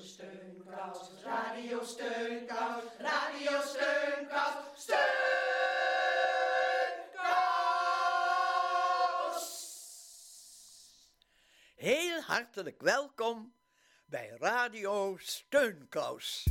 Steunkous, Radio Steunkous, Radio Steunkous, Steunkous! Heel hartelijk welkom bij Radio Steunkous.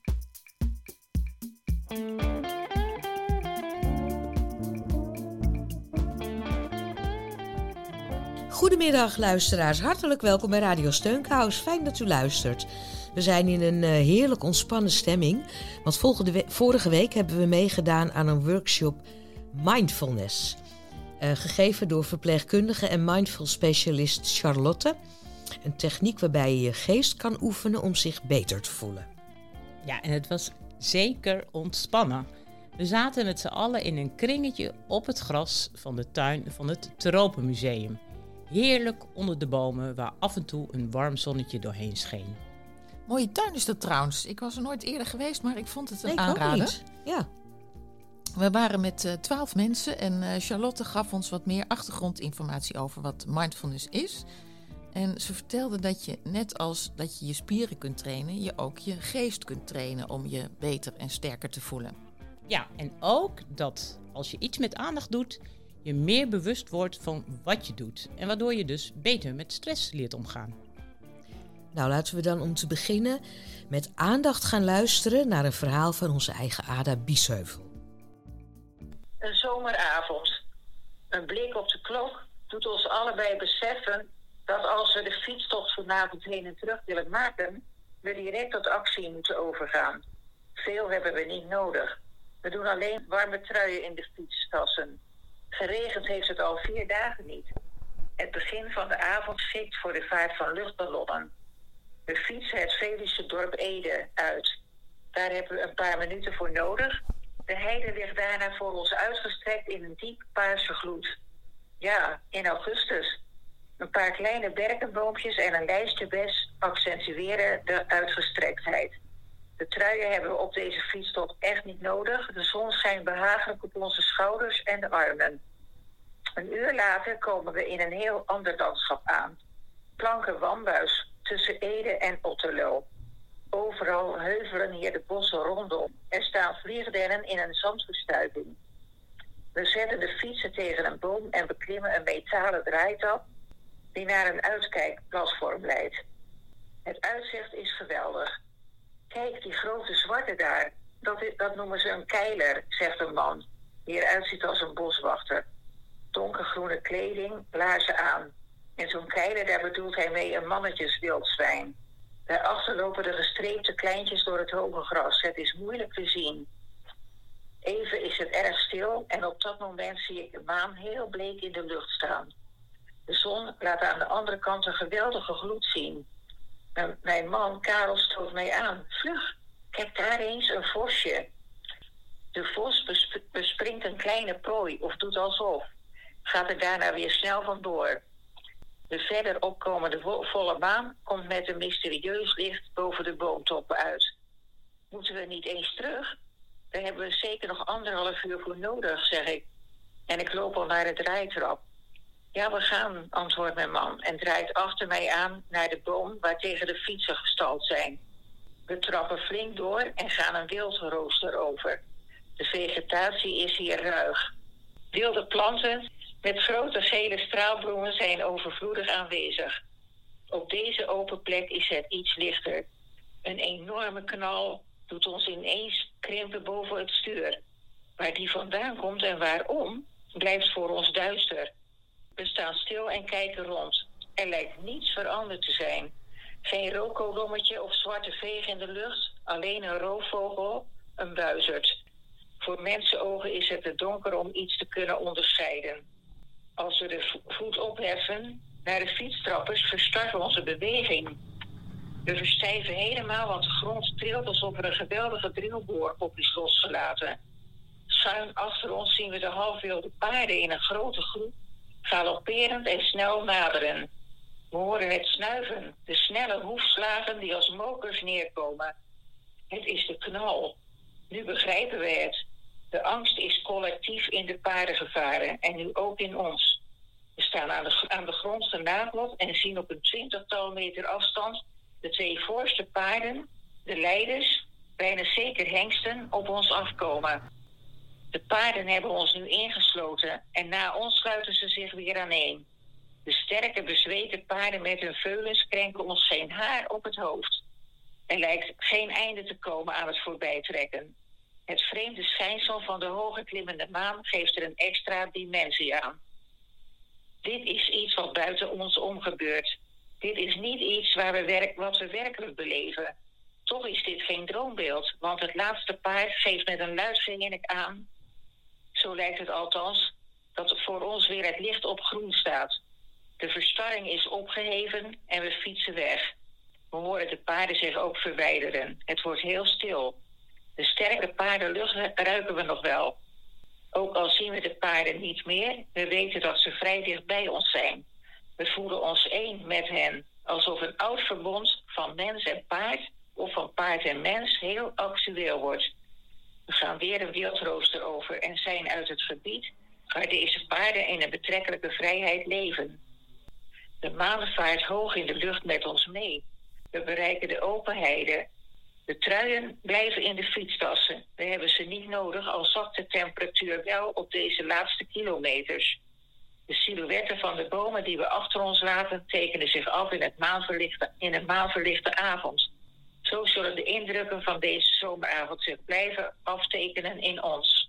Goedemiddag luisteraars, hartelijk welkom bij Radio Steunkous. Fijn dat u luistert. We zijn in een heerlijk ontspannen stemming, want vorige week hebben we meegedaan aan een workshop Mindfulness. Gegeven door verpleegkundige en mindful specialist Charlotte. Een techniek waarbij je je geest kan oefenen om zich beter te voelen. Ja, en het was zeker ontspannen. We zaten met z'n allen in een kringetje op het gras van de tuin van het Tropenmuseum. Heerlijk onder de bomen waar af en toe een warm zonnetje doorheen scheen. Mooie tuin is dat trouwens. Ik was er nooit eerder geweest, maar ik vond het een Nee, ik aanrader. ook niet. Ja. We waren met 12 mensen en Charlotte gaf ons wat meer achtergrondinformatie over wat mindfulness is. En ze vertelde dat je, net als dat je je spieren kunt trainen, je ook je geest kunt trainen om je beter en sterker te voelen. Ja, en ook dat als je iets met aandacht doet, je meer bewust wordt van wat je doet. En waardoor je dus beter met stress leert omgaan. Nou, laten we dan om te beginnen met aandacht gaan luisteren naar een verhaal van onze eigen Ada Biesheuvel. Een zomeravond. Een blik op de klok doet ons allebei beseffen dat als we de fietstocht vanavond heen en terug willen maken, we direct tot actie moeten overgaan. Veel hebben we niet nodig. We doen alleen warme truien in de fietstassen. Geregend heeft het al 4 dagen niet. Het begin van de avond schikt voor de vaart van luchtballonnen. We fietsen het Veluwse dorp Ede uit. Daar hebben we een paar minuten voor nodig. De heide ligt daarna voor ons uitgestrekt in een diep paarse gloed. Ja, in augustus. Een paar kleine berkenboompjes en een lijstje bes accentueren de uitgestrektheid. De truien hebben we op deze fietstocht echt niet nodig. De zon schijnt behagelijk op onze schouders en de armen. Een uur later komen we in een heel ander landschap aan. Planken wambuis tussen Ede en Otterlo. Overal heuvelen hier de bossen rondom. Er staan vliegdennen in een zandverstuiving. We zetten de fietsen tegen een boom en beklimmen een metalen draaitap die naar een uitkijkplatform leidt. Het uitzicht is geweldig. Kijk, die grote zwarte daar. Dat noemen ze een keiler, zegt een man, die eruit ziet als een boswachter. Donkergroene kleding, laarzen aan. En zo'n keiler, daar bedoelt hij mee een mannetjeswildzwijn. Daarachter lopen de gestreepte kleintjes door het hoge gras. Het is moeilijk te zien. Even is het erg stil en op dat moment zie ik de maan heel bleek in de lucht staan. De zon laat aan de andere kant een geweldige gloed zien. Mijn man Karel stoot mij aan. Vlug, kijk daar eens, een vosje. De vos bespringt een kleine prooi of doet alsof. Gaat er daarna weer snel vandoor. De verder opkomende volle maan komt met een mysterieus licht boven de boomtoppen uit. Moeten we niet eens terug? Daar hebben we zeker nog 1,5 uur voor nodig, zeg ik. En ik loop al naar de draaitrap. Ja, we gaan, antwoordt mijn man en draait achter mij aan naar de boom waar tegen de fietsen gestald zijn. We trappen flink door en gaan een wildrooster over. De vegetatie is hier ruig. Wilde planten met grote gele straalbloemen zijn overvloedig aanwezig. Op deze open plek is het iets lichter. Een enorme knal doet ons ineens krimpen boven het stuur. Waar die vandaan komt en waarom, blijft voor ons duister. We staan stil en kijken rond. Er lijkt niets veranderd te zijn. Geen rookkolommetje of zwarte veeg in de lucht. Alleen een roofvogel, een buizerd. Voor mensenogen is het te donker om iets te kunnen onderscheiden. Als we de voet opheffen naar de fietstrappers, verstarten we onze beweging. We verstijven helemaal, want de grond trilt alsof er een geweldige drillboor op is losgelaten. Schuin achter ons zien we de halfwilde paarden in een grote groep galopperend en snel naderen. We horen het snuiven, de snelle hoefslagen die als mokers neerkomen. Het is de knal. Nu begrijpen we het. De angst is collectief in de paarden gevaren en nu ook in ons. We staan aan de grond genageld en zien op een 20-tal meter afstand de 2 voorste paarden, de leiders, bijna zeker hengsten, op ons afkomen. De paarden hebben ons nu ingesloten en na ons sluiten ze zich weer aaneen. De sterke, bezweten paarden met hun veulens krenken ons geen haar op het hoofd. Er lijkt geen einde te komen aan het voorbijtrekken. Het vreemde schijnsel van de hoge klimmende maan geeft er een extra dimensie aan. Dit is iets wat buiten ons omgebeurt. Dit is niet iets wat we werkelijk beleven. Toch is dit geen droombeeld, want het laatste paard geeft met een luid gehinnik aan, zo lijkt het althans, dat voor ons weer het licht op groen staat. De verstarring is opgeheven en we fietsen weg. We horen de paarden zich ook verwijderen. Het wordt heel stil. De sterke paardenlucht ruiken we nog wel. Ook al zien we de paarden niet meer, we weten dat ze vrij dicht bij ons zijn. We voelen ons één met hen, alsof een oud verbond van mens en paard of van paard en mens heel actueel wordt. We gaan weer een wildrooster over en zijn uit het gebied waar deze paarden in een betrekkelijke vrijheid leven. De maan vaart hoog in de lucht met ons mee. We bereiken de open heide. De truien blijven in de fietstassen. We hebben ze niet nodig, al zakt de temperatuur wel op deze laatste kilometers. De silhouetten van de bomen die we achter ons laten tekenen zich af in een maanverlichte avond. Zo zullen de indrukken van deze zomeravond zich blijven aftekenen in ons.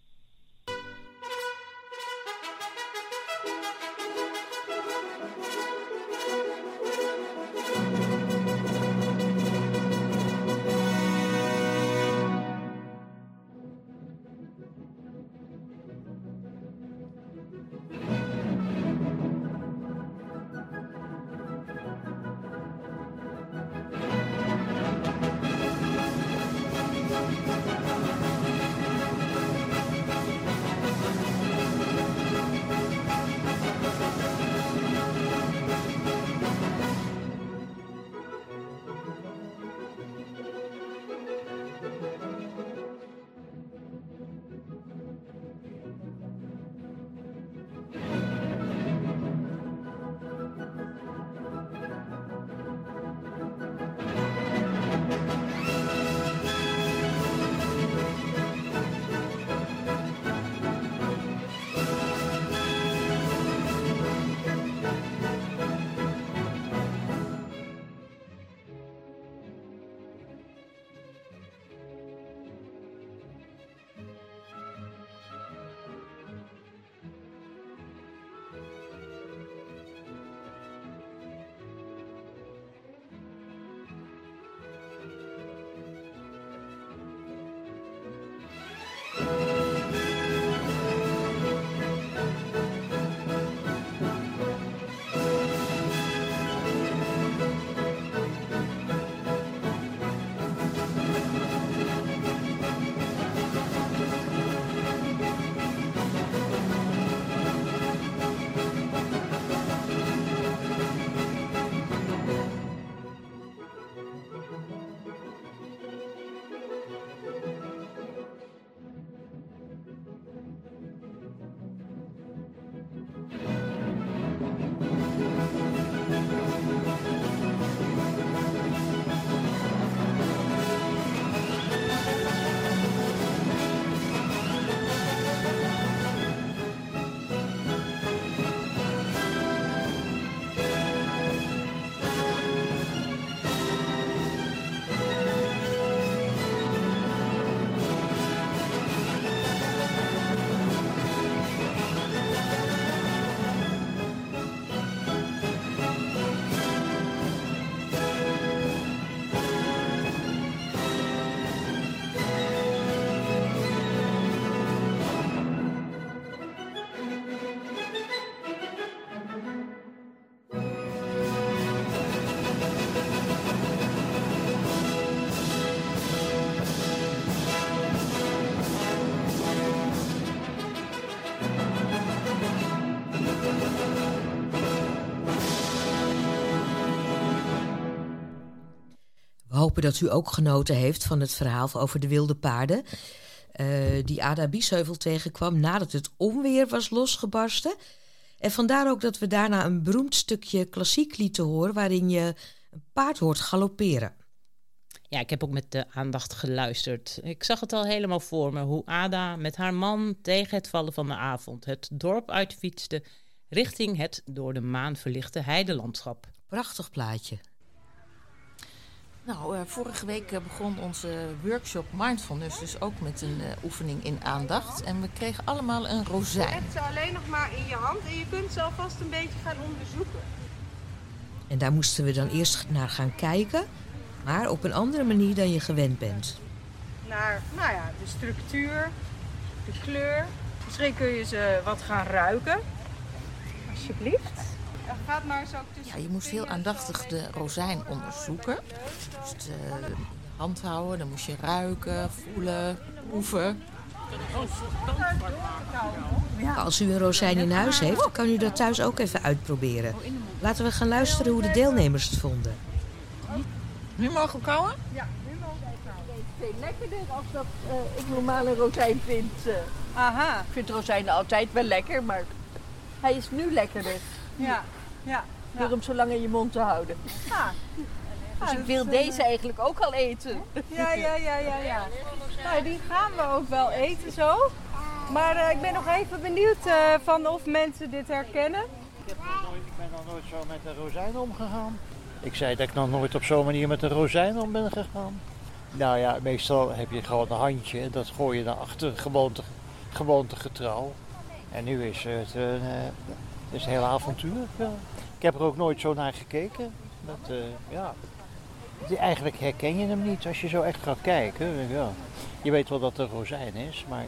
We hopen dat u ook genoten heeft van het verhaal over de wilde paarden. Die Ada Biesheuvel tegenkwam nadat het onweer was losgebarsten. En vandaar ook dat we daarna een beroemd stukje klassiek lieten horen, waarin je Een paard hoort galopperen. Ja, ik heb ook met de aandacht geluisterd. Ik zag het al helemaal voor me, hoe Ada met haar man tegen het vallen van de avond het dorp uitfietste richting het door de maan verlichte heidelandschap. Prachtig plaatje. Nou, vorige week begon onze workshop Mindfulness dus ook met een oefening in aandacht. En we kregen allemaal een rozijn. Je hebt ze alleen nog maar in je hand en je kunt ze alvast een beetje gaan onderzoeken. En daar moesten we dan eerst naar gaan kijken, maar op een andere manier dan je gewend bent. Naar, de structuur, de kleur. Misschien kun je ze wat gaan ruiken. Alsjeblieft. Gaat maar zo tussen. Ja, je moest heel aandachtig de rozijn onderzoeken. Je moest je hand houden, dan moest je ruiken, voelen, proeven. Als u een rozijn in huis heeft, kan u dat thuis ook even uitproberen. Laten we gaan luisteren hoe de deelnemers het vonden. Nu mogen we kauwen? Ja, nu mogen we kauwen. Veel lekkerder als dat ik normaal een rozijn vind. Aha. Ik vind rozijnen altijd wel lekker, maar hij is nu lekkerder. Ja. Door hem zo lang in je mond te houden. Dus ik wil deze eigenlijk ook al eten. Ja. Nou, die gaan we ook wel eten zo. Maar ik ben nog even benieuwd van of mensen dit herkennen. Ik ben nog nooit zo met een rozijn omgegaan. Ik zei dat ik nog nooit op zo'n manier met een rozijn om ben gegaan. Nou ja, meestal heb je gewoon een handje en dat gooi je dan achter gewoontegetrouw. En nu is het een heel avontuur. Ja. Ik heb er ook nooit zo naar gekeken. Eigenlijk herken je hem niet als je zo echt gaat kijken. Ja. Je weet wel dat het een rozijn is, maar...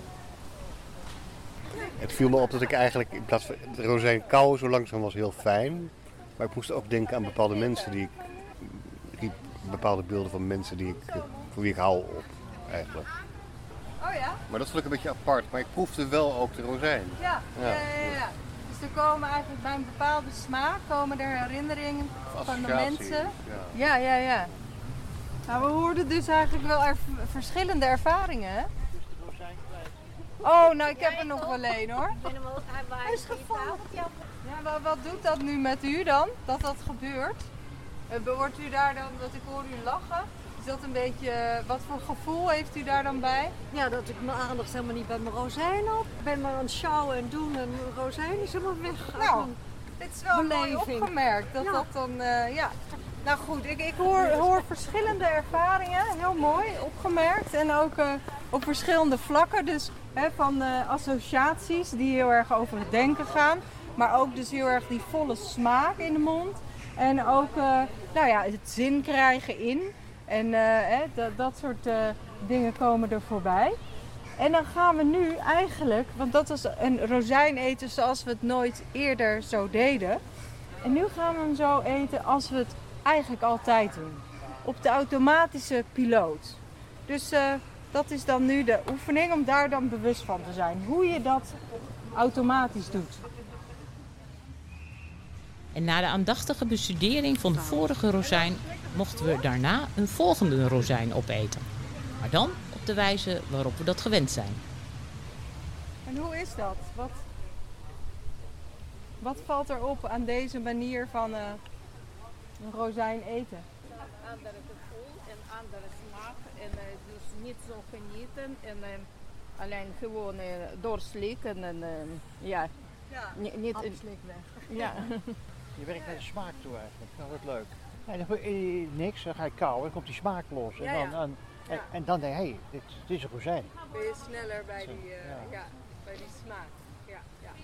Het viel me op dat ik eigenlijk in plaats van de rozijn kauwen zo langzaam was heel fijn. Maar ik moest ook denken aan bepaalde mensen die ik... bepaalde beelden van mensen voor wie ik hou op, eigenlijk. Oh ja? Maar dat vond ik een beetje apart. Maar ik proefde wel ook de rozijn. Ja. Dus er komen eigenlijk bij een bepaalde smaak komen er herinneringen van de mensen. Ja. Nou, we hoorden dus eigenlijk wel verschillende ervaringen, hè? Oh, nou ik heb er nog wel één hoor. Hij is gevallen. Ja, maar wat doet dat nu met u dan, dat gebeurt? Wordt u daar dan, dat ik hoor u lachen? Is dat een beetje, wat voor gevoel heeft u daar dan bij? Ja, dat ik mijn aandacht helemaal niet bij mijn rozijn op. Ik ben maar aan het sjouwen en doen en mijn rozijn is helemaal weg. Nou, dit is wel mooi opgemerkt. Dat dan, ja. Nou goed, ik hoor verschillende ervaringen, heel mooi opgemerkt. En ook op verschillende vlakken, dus van associaties die heel erg over het denken gaan. Maar ook dus heel erg die volle smaak in de mond. En ook het zin krijgen in. En dat soort dingen komen er voorbij. En dan gaan we nu eigenlijk, want dat was een rozijn eten zoals we het nooit eerder zo deden. En nu gaan we hem zo eten als we het eigenlijk altijd doen. Op de automatische piloot. Dus dat is dan nu de oefening om daar dan bewust van te zijn. Hoe je dat automatisch doet. En na de aandachtige bestudering van de vorige rozijn mochten we daarna een volgende rozijn opeten. Maar dan op de wijze waarop we dat gewend zijn. En hoe is dat? Wat valt er op aan deze manier van een rozijn eten? Andere gevoel en andere smaak. En dus niet zo genieten. En alleen gewoon doorslikken. En niet afslik weg. Ja. Je werkt naar de smaak toe eigenlijk. Dat wordt leuk. Ja, dan niks, dan ga je kauwen, dan komt die smaak los. En dan denk je, hé, dit is een rozijn. Ben je sneller bij bij die smaak. Ja.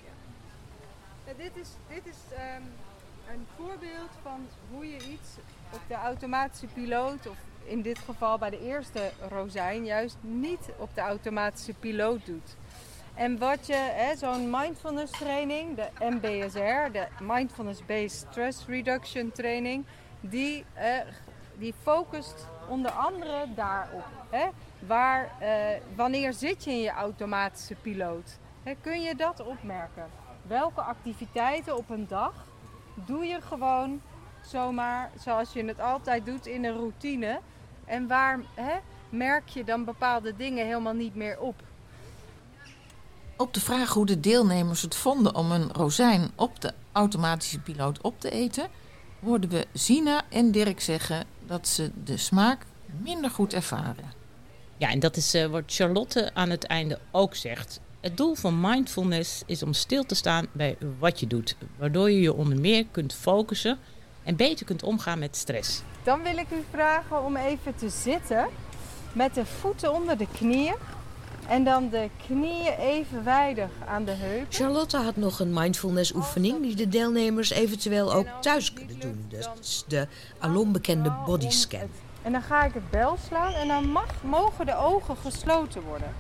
Dit is een voorbeeld van hoe je iets op de automatische piloot, of in dit geval bij de eerste rozijn, juist niet op de automatische piloot doet. En wat je, zo'n mindfulness training, de MBSR, de Mindfulness Based Stress Reduction training, die focust onder andere daarop. Wanneer zit je in je automatische piloot? Kun je dat opmerken? Welke activiteiten op een dag doe je gewoon zomaar zoals je het altijd doet in een routine? En waar merk je dan bepaalde dingen helemaal niet meer op? Op de vraag hoe de deelnemers het vonden om een rozijn op de automatische piloot op te eten, hoorden we Sina en Dirk zeggen dat ze de smaak minder goed ervaren. Ja, en dat is wat Charlotte aan het einde ook zegt. Het doel van mindfulness is om stil te staan bij wat je doet, waardoor je je onder meer kunt focussen en beter kunt omgaan met stress. Dan wil ik u vragen om even te zitten met de voeten onder de knieën en dan de knieën evenwijdig aan de heupen. Charlotte had nog een mindfulness oefening die de deelnemers eventueel ook thuis kunnen doen. Dus de alom bekende bodyscan. En dan ga ik het bel slaan en dan mogen de ogen gesloten worden.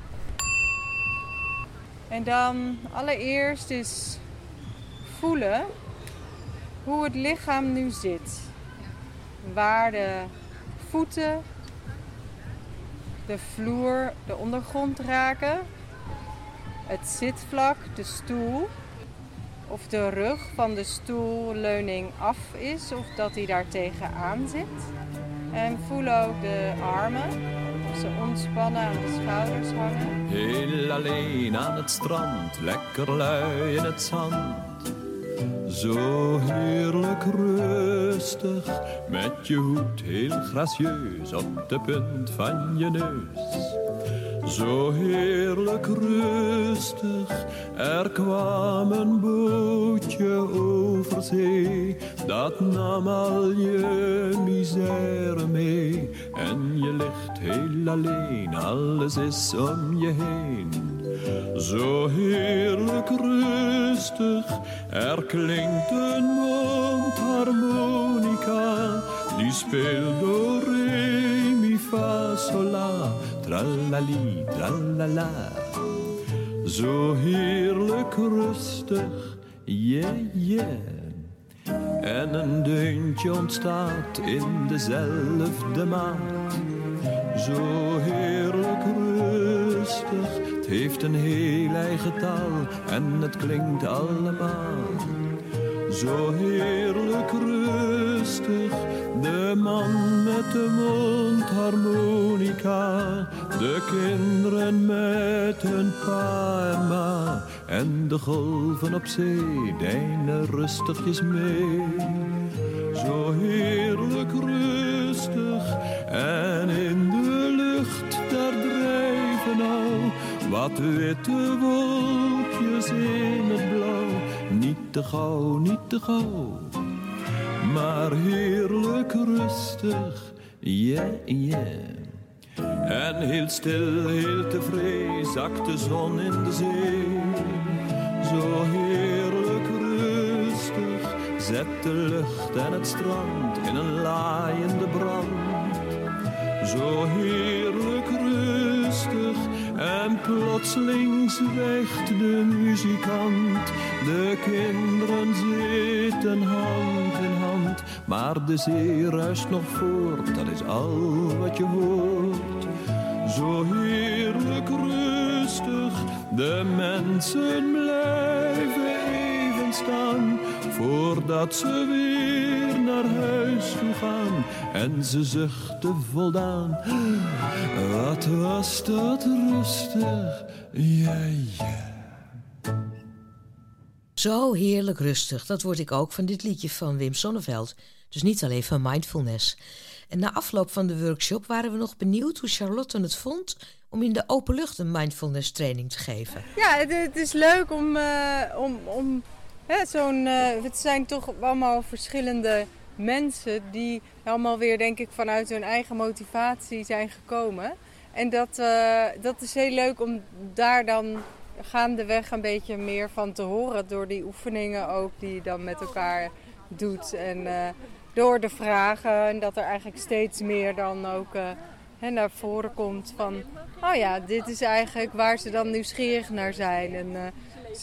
En dan allereerst is voelen hoe het lichaam nu zit. Waar de voeten, de vloer, de ondergrond raken. Het zitvlak, de stoel. Of de rug van de stoelleuning af is of dat hij daar tegenaan zit. En voel ook de armen, of ze ontspannen aan de schouders hangen. Heel alleen aan het strand, lekker lui in het zand. Zo heerlijk rustig, met je hoed heel gracieus op de punt van je neus. Zo heerlijk rustig, er kwam een bootje over zee. Dat nam al je misère mee. En je ligt heel alleen, alles is om je heen. Zo heerlijk rustig, er klinkt een mondharmonica. Die speelt do, re, mi, fa, sol, la, tralali, tralala. Zo heerlijk rustig, yeah, yeah. En een deuntje ontstaat in dezelfde maat. Zo heerlijk rustig, het heeft een heel eigen taal en het klinkt allemaal. Zo heerlijk rustig, de man met de mondharmonica, de kinderen met hun pa en ma, en de golven op zee deinen rustigjes mee. Zo heerlijk rustig, en in de lucht daar drijven al wat witte wolkjes in het blauw. Niet te gauw, niet te gauw, maar heerlijk rustig, yeah, yeah. En heel stil, heel tevreden, zakt de zon in de zee. Zo heerlijk rustig, zet de lucht en het strand in een laaiende brand. Zo heerlijk rustig, en plotseling zwijgt de muzikant. De kinderen zitten hand in hand, maar de zee ruist nog voort, dat is al wat je hoort. Zo heerlijk rustig, de mensen blijven even staan, voordat ze weer naar huis toe gaan. En ze zuchten voldaan, wat was dat rustig, ja, ja. Zo heerlijk rustig, dat word ik ook van dit liedje van Wim Sonneveld. Dus niet alleen van mindfulness. En na afloop van de workshop waren we nog benieuwd hoe Charlotte het vond om in de openlucht een mindfulness training te geven. Ja, het is leuk om het zijn toch allemaal verschillende mensen die allemaal weer, denk ik, vanuit hun eigen motivatie zijn gekomen. En dat is heel leuk om daar dan gaandeweg een beetje meer van te horen door die oefeningen ook die je dan met elkaar doet. En door de vragen en dat er eigenlijk steeds meer dan ook naar voren komt van, oh ja, dit is eigenlijk waar ze dan nieuwsgierig naar zijn. En dus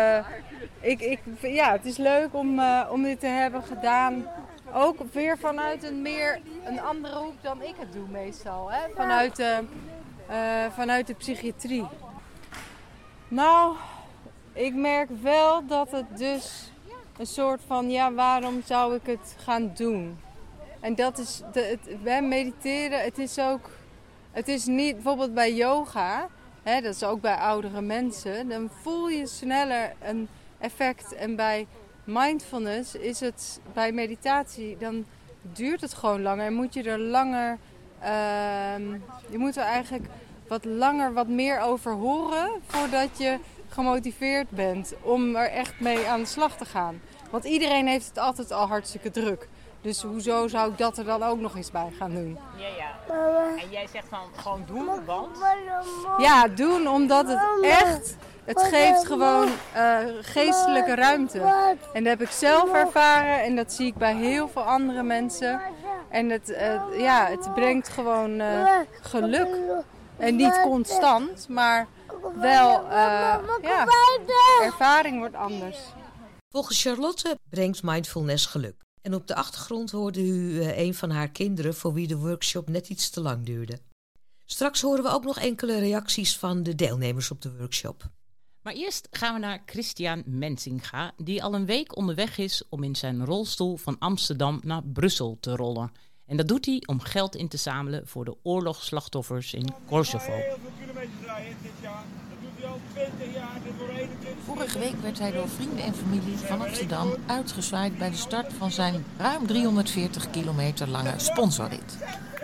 het is leuk om dit te hebben gedaan. Ook weer vanuit een andere hoek dan ik het doe meestal. Hè? Vanuit de psychiatrie. Nou, ik merk wel dat het dus een soort van, ja, waarom zou ik het gaan doen? En dat is, mediteren, het is niet, bijvoorbeeld bij yoga, hè, dat is ook bij oudere mensen, dan voel je sneller een effect. En bij mindfulness is het bij meditatie, dan duurt het gewoon langer en moet je er langer, je moet er eigenlijk wat meer over horen voordat je gemotiveerd bent om er echt mee aan de slag te gaan. Want iedereen heeft het altijd al hartstikke druk. Dus hoezo zou ik dat er dan ook nog eens bij gaan doen? Ja. En jij zegt van gewoon doen, want? Ja, doen omdat het geeft gewoon geestelijke ruimte. En dat heb ik zelf ervaren en dat zie ik bij heel veel andere mensen. En het brengt gewoon geluk. En niet constant, maar wel, ervaring wordt anders. Volgens Charlotte brengt mindfulness geluk. En op de achtergrond hoorde u een van haar kinderen voor wie de workshop net iets te lang duurde. Straks horen we ook nog enkele reacties van de deelnemers op de workshop. Maar eerst gaan we naar Christian Mensinga, die al een week onderweg is om in zijn rolstoel van Amsterdam naar Brussel te rollen. En dat doet hij om geld in te zamelen voor de oorlogsslachtoffers in Kosovo. Heel veel kilometers rijden dit jaar. Dat doet hij al 20 jaar. Dit wordt 21. Vorige week werd hij door vrienden en familie van Amsterdam uitgezwaaid bij de start van zijn ruim 340 kilometer lange sponsorrit.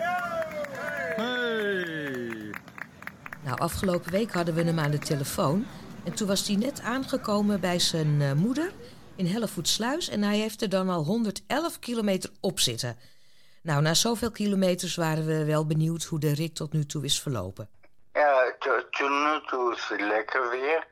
Nou, afgelopen week hadden we hem aan de telefoon. En toen was hij net aangekomen bij zijn moeder in Hellevoetsluis. En hij heeft er dan al 111 kilometer op zitten. Nou, na zoveel kilometers waren we wel benieuwd hoe de rit tot nu toe is verlopen. Ja, tot nu toe is het lekker weer.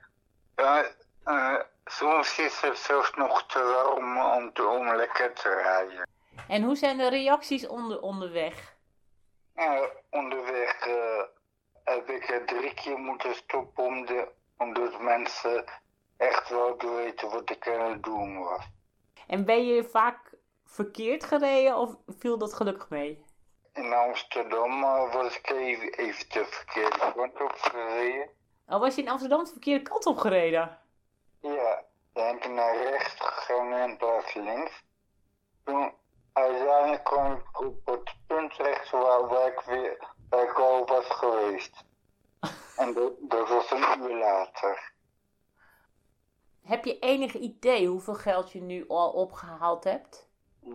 Soms is het zelfs nog te warm om lekker te rijden. En hoe zijn de reacties onderweg? Onderweg heb ik 3 keer moeten stoppen omdat mensen echt wilden weten wat ik aan het doen was. En ben je vaak verkeerd gereden of viel dat gelukkig mee? In Amsterdam was ik even de verkeerde kant op gereden. Oh, was je in Amsterdam de verkeerde kant op gereden? Ja, dan heb ik naar rechts gegaan en in plaats links. Toen uiteindelijk kwam ik op het punt rechts waar ik al was geweest. En dat was een uur later. Heb je enig idee hoeveel geld je nu al opgehaald hebt?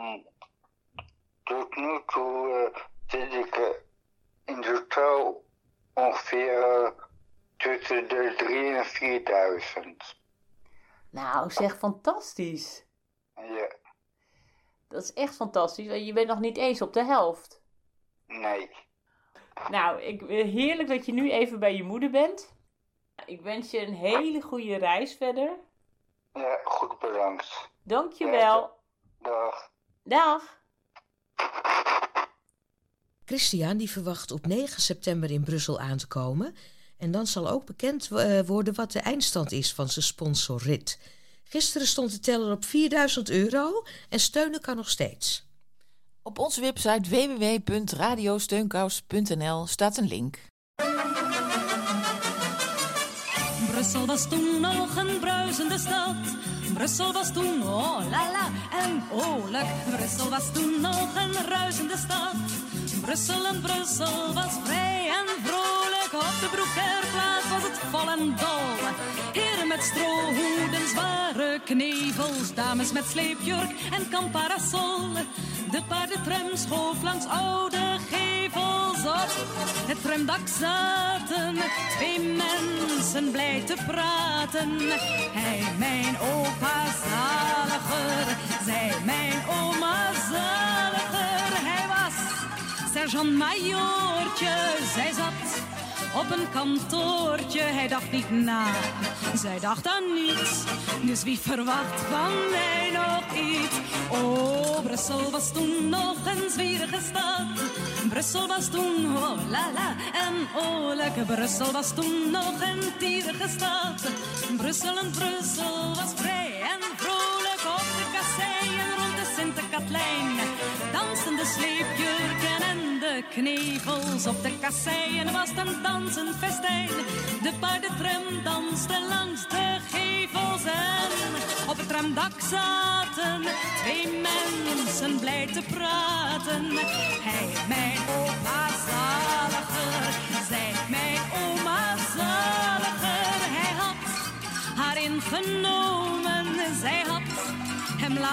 Tot nu toe zit ik in totaal ongeveer tussen de 3.000 en 4.000. Nou, zeg, fantastisch. Ja. Dat is echt fantastisch, want je bent nog niet eens op de helft. Nee. Nou, heerlijk dat je nu even bij je moeder bent. Ik wens je een hele goede reis verder. Ja, goed bedankt. Dankjewel. Ja, dag. Dag. Christian die verwacht op 9 september in Brussel aan te komen. En dan zal ook bekend worden wat de eindstand is van zijn sponsorrit. Gisteren stond de teller op €4.000 en steunen kan nog steeds. Op onze website www.radiosteunkous.nl staat een link. Brussel was toen nog een bruisende stad. Brussel was toen, oh la la, en oorlijk. Brussel was toen nog een ruisende stad. Brussel was vrij en vrolijk. Op de Broekerplaats was het vol en dol. Heren met strohoeden, zware knevels. Dames met sleepjurk en kamparasol. De paardentram schoof langs oude gevels op. Het tramdak zaten 2 mensen blij te praten. Hij, mijn opa zaliger, zij, mijn oma zaliger. Hij was sergeant-majoortje, zij zat op een kantoortje. Hij dacht niet na, zij dacht aan niets. Dus wie verwacht van mij nog iets? Oh, Brussel was toen nog een zwierige stad. Brussel was toen, oh la la, en oorlijk. Brussel was toen nog een tierige stad. Brussel was vrij en vrolijk. Op de kasseien rond de Sint-Katlijn dansten de sleepjurken en de knevels. Op de kasseien was het een dansend festijn. De paardentram danste langs de gevels en op het tramdak zaten 2 mensen blij te praten. Hij, mijn opa zaliger, zij, mijn oma zaliger. Hij had haar ingenomen, zij had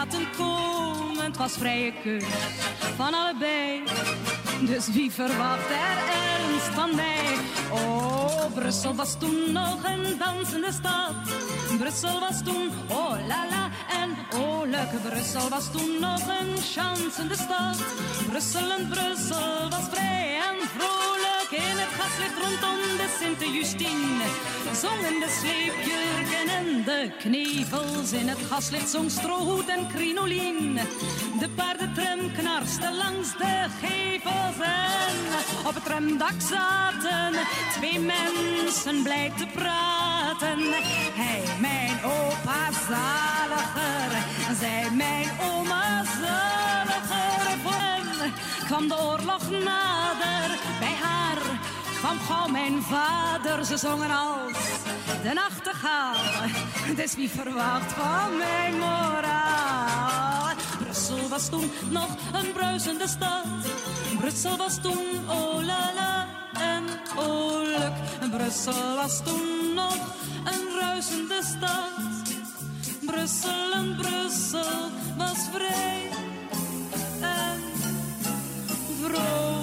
laten komen. Het was vrije keus van allebei. Dus wie verwacht er ernst van mij? Oh, Brussel was toen nog een dansende stad. Brussel was toen, oh la la en oh leuk. Brussel was toen nog een chansende stad. Brussel was vrij en vrolijk. In het gaslicht rondom de Sint-Justine zongen de sleepjurken en de knevels. In het gaslicht zong Strohoed en Crinolien. De paardentram knarste langs de gevels. En op het tramdak zaten 2 mensen blij te praten. Hij, mijn opa zaliger, zij, mijn oma zaliger. Voor hem kwam de oorlog nader, bij haar kwam gauw mijn vader. Ze zongen als de nachtegaal, dus wie verwacht van mijn moraal? Brussel was toen nog een bruisende stad. Brussel was toen oh la la en oh luk. Brussel was toen nog een ruisende stad. Brussel was vrij en vrolijk.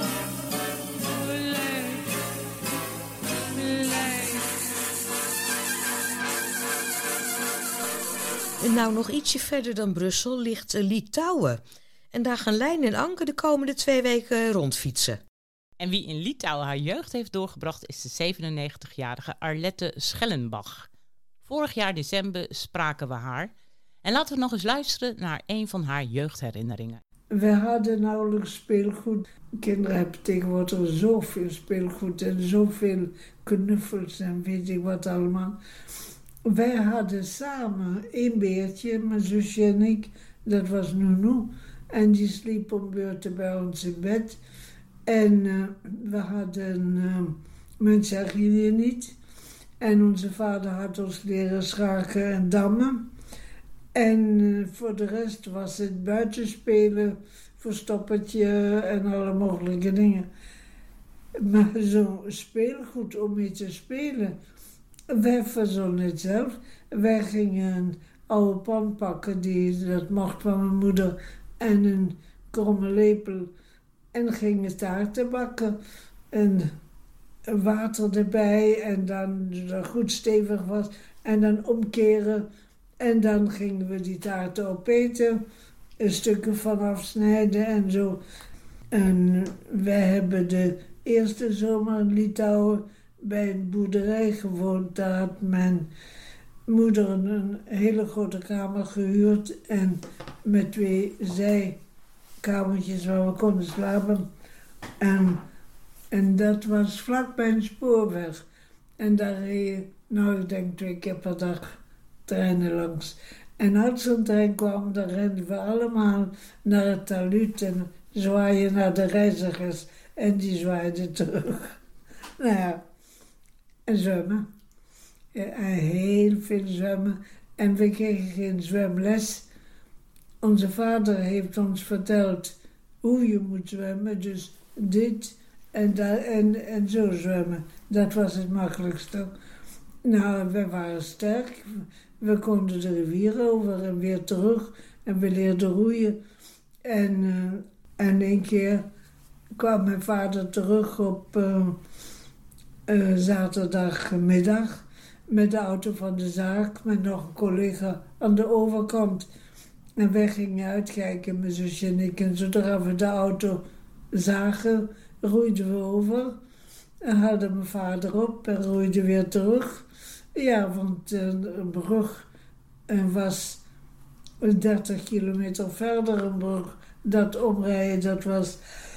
En nou, nog ietsje verder dan Brussel ligt Litouwen. En daar gaan Lijn en Anke de komende 2 weken rondfietsen. En wie in Litouwen haar jeugd heeft doorgebracht is de 97-jarige Arlette Schellenbach. Vorig jaar december spraken we haar. En laten we nog eens luisteren naar een van haar jeugdherinneringen. We hadden nauwelijks speelgoed. Kinderen hebben tegenwoordig zoveel speelgoed en zoveel knuffels en weet ik wat allemaal. Wij hadden samen 1 beertje, mijn zusje en ik, dat was Nounou. En die sliep om beurten bij ons in bed. En we hadden Muntjagilië niet. En onze vader had ons leren schaken en dammen. En voor de rest was het buitenspelen, verstoppertje en alle mogelijke dingen. Maar zo'n speelgoed om mee te spelen, wij verzonnen het zelf. Wij gingen een oude pan pakken, dat mocht van mijn moeder, en een kromme lepel. En gingen taarten bakken. En water erbij en dan dat goed stevig was. En dan omkeren. En dan gingen we die taarten opeten. Stukken van afsnijden en zo. En wij hebben de eerste zomer in Litouwen bij een boerderij gewoond. Daar had mijn moeder een hele grote kamer gehuurd. En met 2 zijkamertjes waar we konden slapen. En dat was vlakbij een spoorweg. En daar reden, ik denk 2 keer per dag treinen langs. En als zo'n trein kwam, dan renden we allemaal naar het talud en zwaaien naar de reizigers. En die zwaaiden terug. Nou ja, en zwemmen. Ja, heel veel zwemmen. En we kregen geen zwemles. Onze vader heeft ons verteld hoe je moet zwemmen. Dus dit en dat en zo zwemmen. Dat was het makkelijkste. Nou, we waren sterk. We konden de rivier over en weer terug. En we leerden roeien. En 1 keer kwam mijn vader terug op zaterdagmiddag met de auto van de zaak, met nog een collega aan de overkant. En wij gingen uitkijken, mijn zusje en ik. En zodra we de auto zagen, roeiden we over. En haalden mijn vader op en roeiden weer terug. Ja, want een brug was 30 kilometer verder. Een brug, dat omrijden, dat was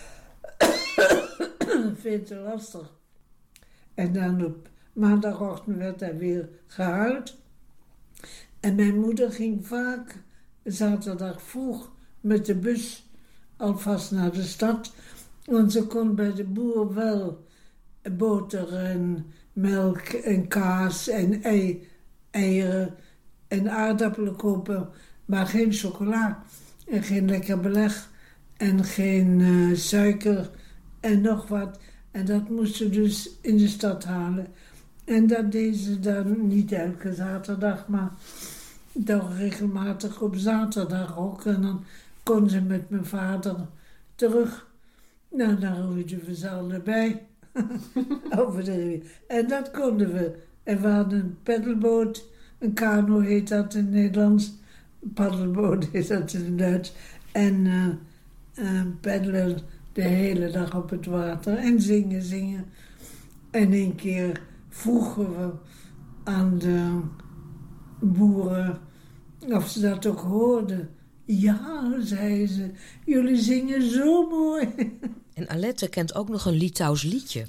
veel te lastig. En dan op maandagochtend werd hij weer gehaald. En mijn moeder ging vaak zaterdag vroeg met de bus alvast naar de stad. Want ze kon bij de boer wel boter en melk en kaas en eieren en aardappelen kopen. Maar geen chocola en geen lekker beleg en geen suiker en nog wat. En dat moest ze dus in de stad halen. En dat deed ze dan niet elke zaterdag, maar toch regelmatig op zaterdag ook. En dan kon ze met mijn vader terug. Nou, dan roeiden we ze allebei over de rivier. En dat konden we. En we hadden een peddelboot. Een kano heet dat in het Nederlands. Een paddelboot heet dat in het Duits. En peddelen de hele dag op het water. En zingen. En een keer vroegen we aan de boeren of ze dat ook hoorden. Ja, zei ze, jullie zingen zo mooi. En Alette kent ook nog een Litouws liedje.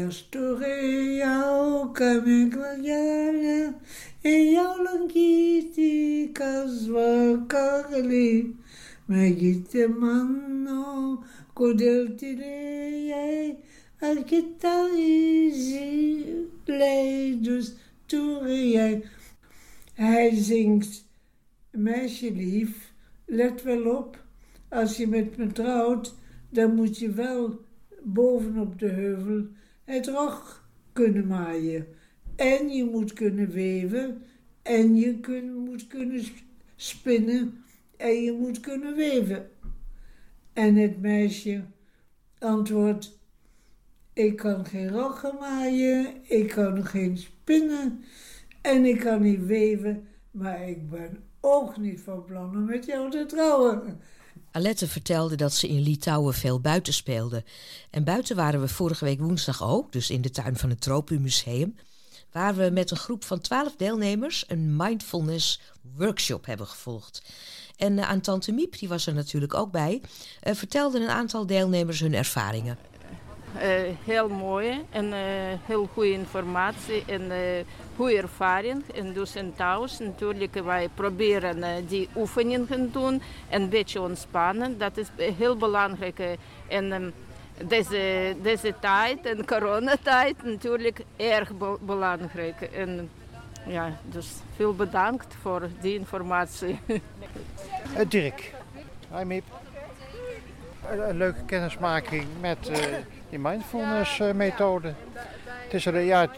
Hij zingt, meisjelief, let wel op, als je met me trouwt, dan moet je wel bovenop de heuvel het rog kunnen maaien. En je moet kunnen weven, en je moet kunnen spinnen, en je moet kunnen weven. En het meisje antwoordt, ik kan geen roggen maaien, ik kan geen spinnen en ik kan niet weven, maar ik ben ook niet van plan om met jou te trouwen. Alette vertelde dat ze in Litouwen veel buiten speelde. En buiten waren we vorige week woensdag ook, dus in de tuin van het Tropenmuseum, waar we met een groep van 12 deelnemers een mindfulness workshop hebben gevolgd. En aan Tante Miep, die was er natuurlijk ook bij, vertelden een aantal deelnemers hun ervaringen. Heel mooi en heel goede informatie en goede ervaring. En dus in thuis natuurlijk, wij proberen die oefeningen te doen en een beetje ontspannen. Dat is heel belangrijk. En deze tijd en coronatijd natuurlijk erg belangrijk. En ja, dus veel bedankt voor die informatie. Dirk. Hi Miep. Een leuke kennismaking met die mindfulness methode. Het is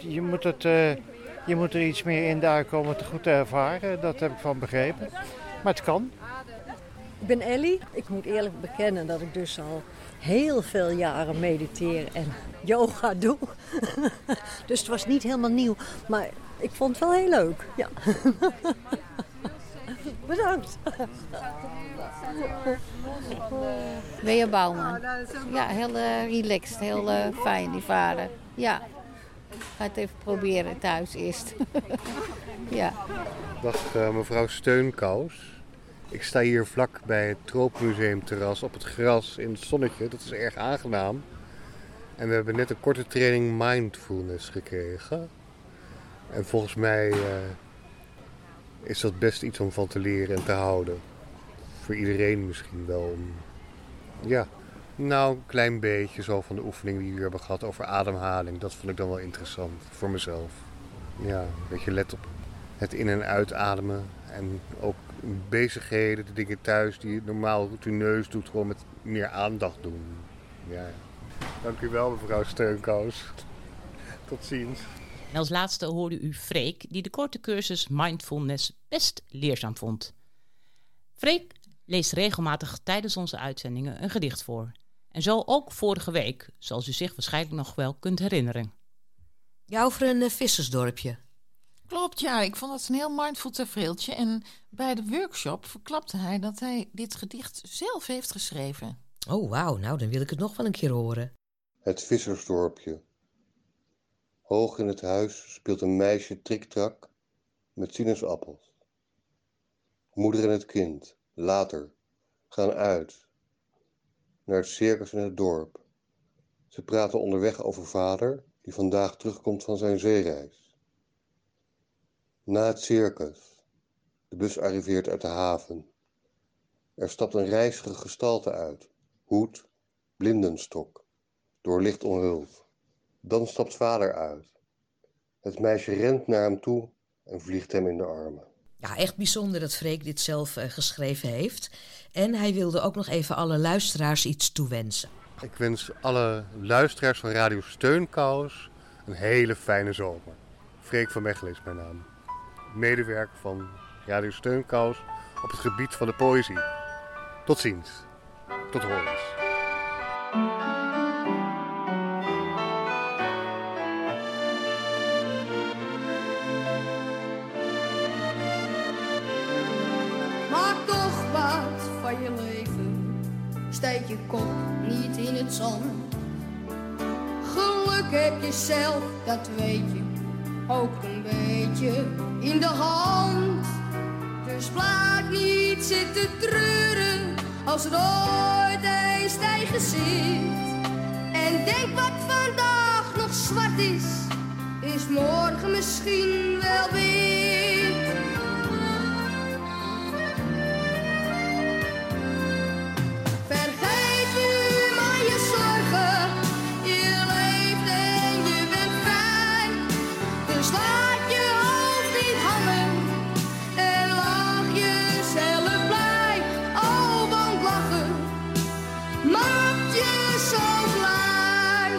je moet er iets meer induiken om het goed te ervaren. Dat heb ik van begrepen. Maar het kan. Ik ben Ellie. Ik moet eerlijk bekennen dat ik dus al heel veel jaren mediteer en yoga doe. Dus het was niet helemaal nieuw. Maar ik vond het wel heel leuk. Ja. Bedankt. Wea Bouwman. Ja, heel relaxed, heel fijn die vader. Ja, ga het even proberen thuis eerst. Ja. Dag mevrouw Steunkous. Ik sta hier vlak bij het Tropenmuseumterras op het gras in het zonnetje. Dat is erg aangenaam. En we hebben net een korte training mindfulness gekregen. En volgens mij is dat best iets om van te leren en te houden. Voor iedereen misschien wel. Ja, nou een klein beetje zo van de oefening die we hier hebben gehad over ademhaling. Dat vond ik dan wel interessant voor mezelf. Ja, een beetje let op het in- en uitademen. En ook bezigheden, de dingen thuis die je normaal routineus doet, gewoon met meer aandacht doen. Ja. Dank u wel mevrouw Steunkous. Tot ziens. En als laatste hoorde u Freek, die de korte cursus Mindfulness best leerzaam vond. Freek leest regelmatig tijdens onze uitzendingen een gedicht voor. En zo ook vorige week, zoals u zich waarschijnlijk nog wel kunt herinneren. Ja, over een vissersdorpje. Klopt, ja. Ik vond dat een heel mindful tafereeltje. En bij de workshop verklapte hij dat hij dit gedicht zelf heeft geschreven. Oh, wauw. Nou, dan wil ik het nog wel een keer horen. Het vissersdorpje. Hoog in het huis speelt een meisje triktrak met sinaasappels. Moeder en het kind, later, gaan uit. Naar het circus in het dorp. Ze praten onderweg over vader, die vandaag terugkomt van zijn zeereis. Na het circus. De bus arriveert uit de haven. Er stapt een reizige gestalte uit. Hoed, blindenstok, door licht omhuld. Dan stapt vader uit. Het meisje rent naar hem toe en vliegt hem in de armen. Ja, echt bijzonder dat Freek dit zelf geschreven heeft. En hij wilde ook nog even alle luisteraars iets toewensen. Ik wens alle luisteraars van Radio Steunkous een hele fijne zomer. Freek van Mechelen is mijn naam. Medewerker van Radio Steunkous op het gebied van de poëzie. Tot ziens. Tot horens. Maak toch wat van je leven. Steek je kop niet in het zand. Geluk heb je zelf, dat weet je. Ook een beetje in de hand. Dus blijf niet zitten treuren als het ooit eens tegen zit. En denk wat vandaag nog zwart is morgen misschien wel wit. Vergeet nu maar je zorgen, je leeft en je bent vrij. Dus laat je hoofd niet hangen en lach jezelf blij. Oh, want lachen maakt je zo blij.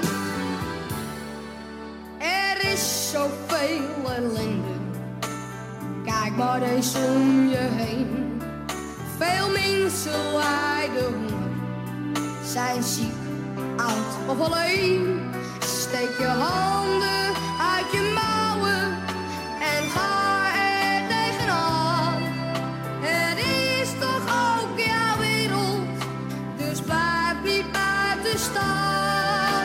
Er is zoveel ellende, kijk maar eens om je heen. Veel mensen lijden honger, zijn ziek, oud of alleen. Steek je handen uit je mouwen en ga er tegenaan. Het is toch ook jouw wereld, dus blijf niet buiten staan.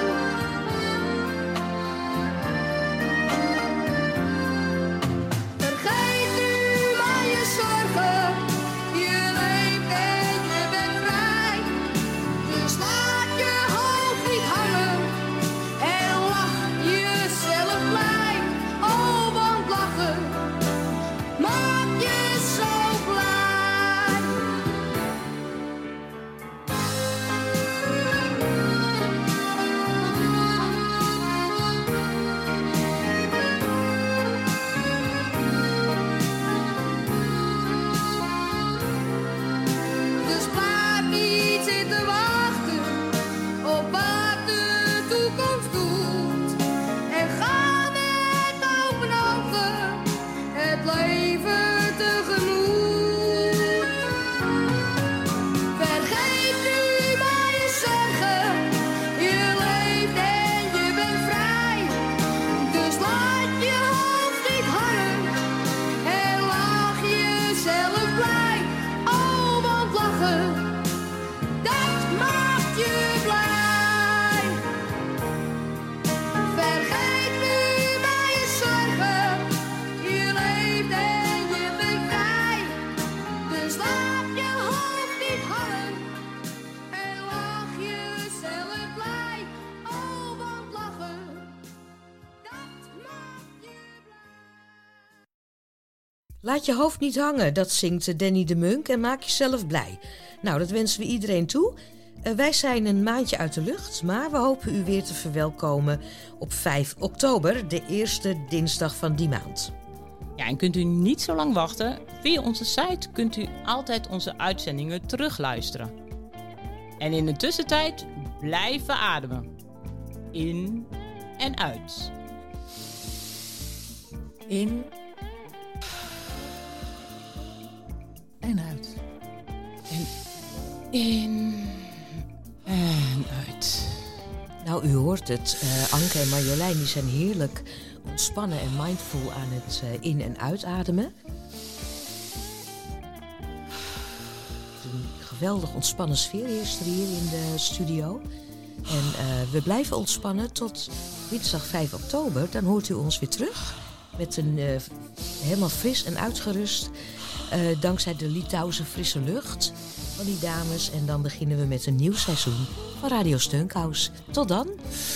Vergeet nu maar je zorgen, je leeft en je bent vrij. Dus laat je hoofd niet hangen en lach jezelf blij. Oh, want lachen maakt je zo blij. Dus blijf niet zitten wachten op wat de toekomst doet. En ga met open ogen het leven tegemoet. Vergeet nu maar je zorgen, je leeft en je bent vrij. Dus laat je hoofd niet hangen en lach jezelf blij. Oh, want lachen, dat maakt je blij. Vergeet nu maar je zorgen, je leeft en je bent vrij. Dus laat je hoofd niet hangen en lach jezelf blij. Oh, want lachen, dat maakt je blij. Laat je hoofd niet hangen, dat zingt Danny de Munk en maak jezelf blij. Nou, dat wensen we iedereen toe. Wij zijn een maandje uit de lucht, maar we hopen u weer te verwelkomen op 5 oktober, de eerste dinsdag van die maand. Ja, en kunt u niet zo lang wachten? Via onze site kunt u altijd onze uitzendingen terugluisteren. En in de tussentijd blijven ademen. In en uit. In en uit. En in en uit. Nou, u hoort het. Anke en Marjolein die zijn heerlijk ontspannen en mindful aan het in- en uitademen. Een geweldig ontspannen sfeer heerst er hier in de studio. En we blijven ontspannen tot dinsdag 5 oktober. Dan hoort u ons weer terug met een helemaal fris en uitgerust. Dankzij de Litouwse frisse lucht van die dames. En dan beginnen we met een nieuw seizoen van Radio Steunkous. Tot dan!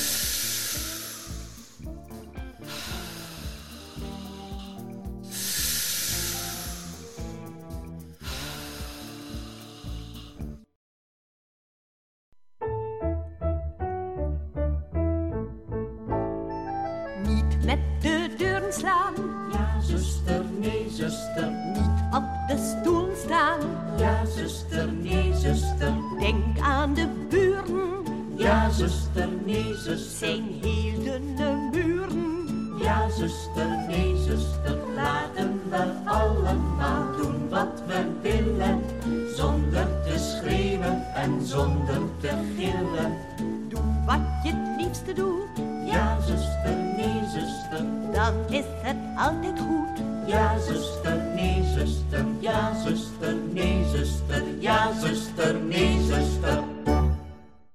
Niet met de deuren slaan. Ja, zuster, nee, zuster. Niet op de stoel staan. Ja, zuster, nee, zuster. Denk aan de buren. Ja, zuster, nee, zuster. Zijn heel dunne muren. Ja, zuster, nee, zuster. Laat hem we allemaal doen wat we willen, zonder te schreeuwen en zonder te gillen. Doe wat je het liefste doet. Ja, zuster, nee, zuster. Dan is het altijd goed. Ja, zuster, nee, zuster. Ja, zuster, nee, zuster. Ja, zuster, nee,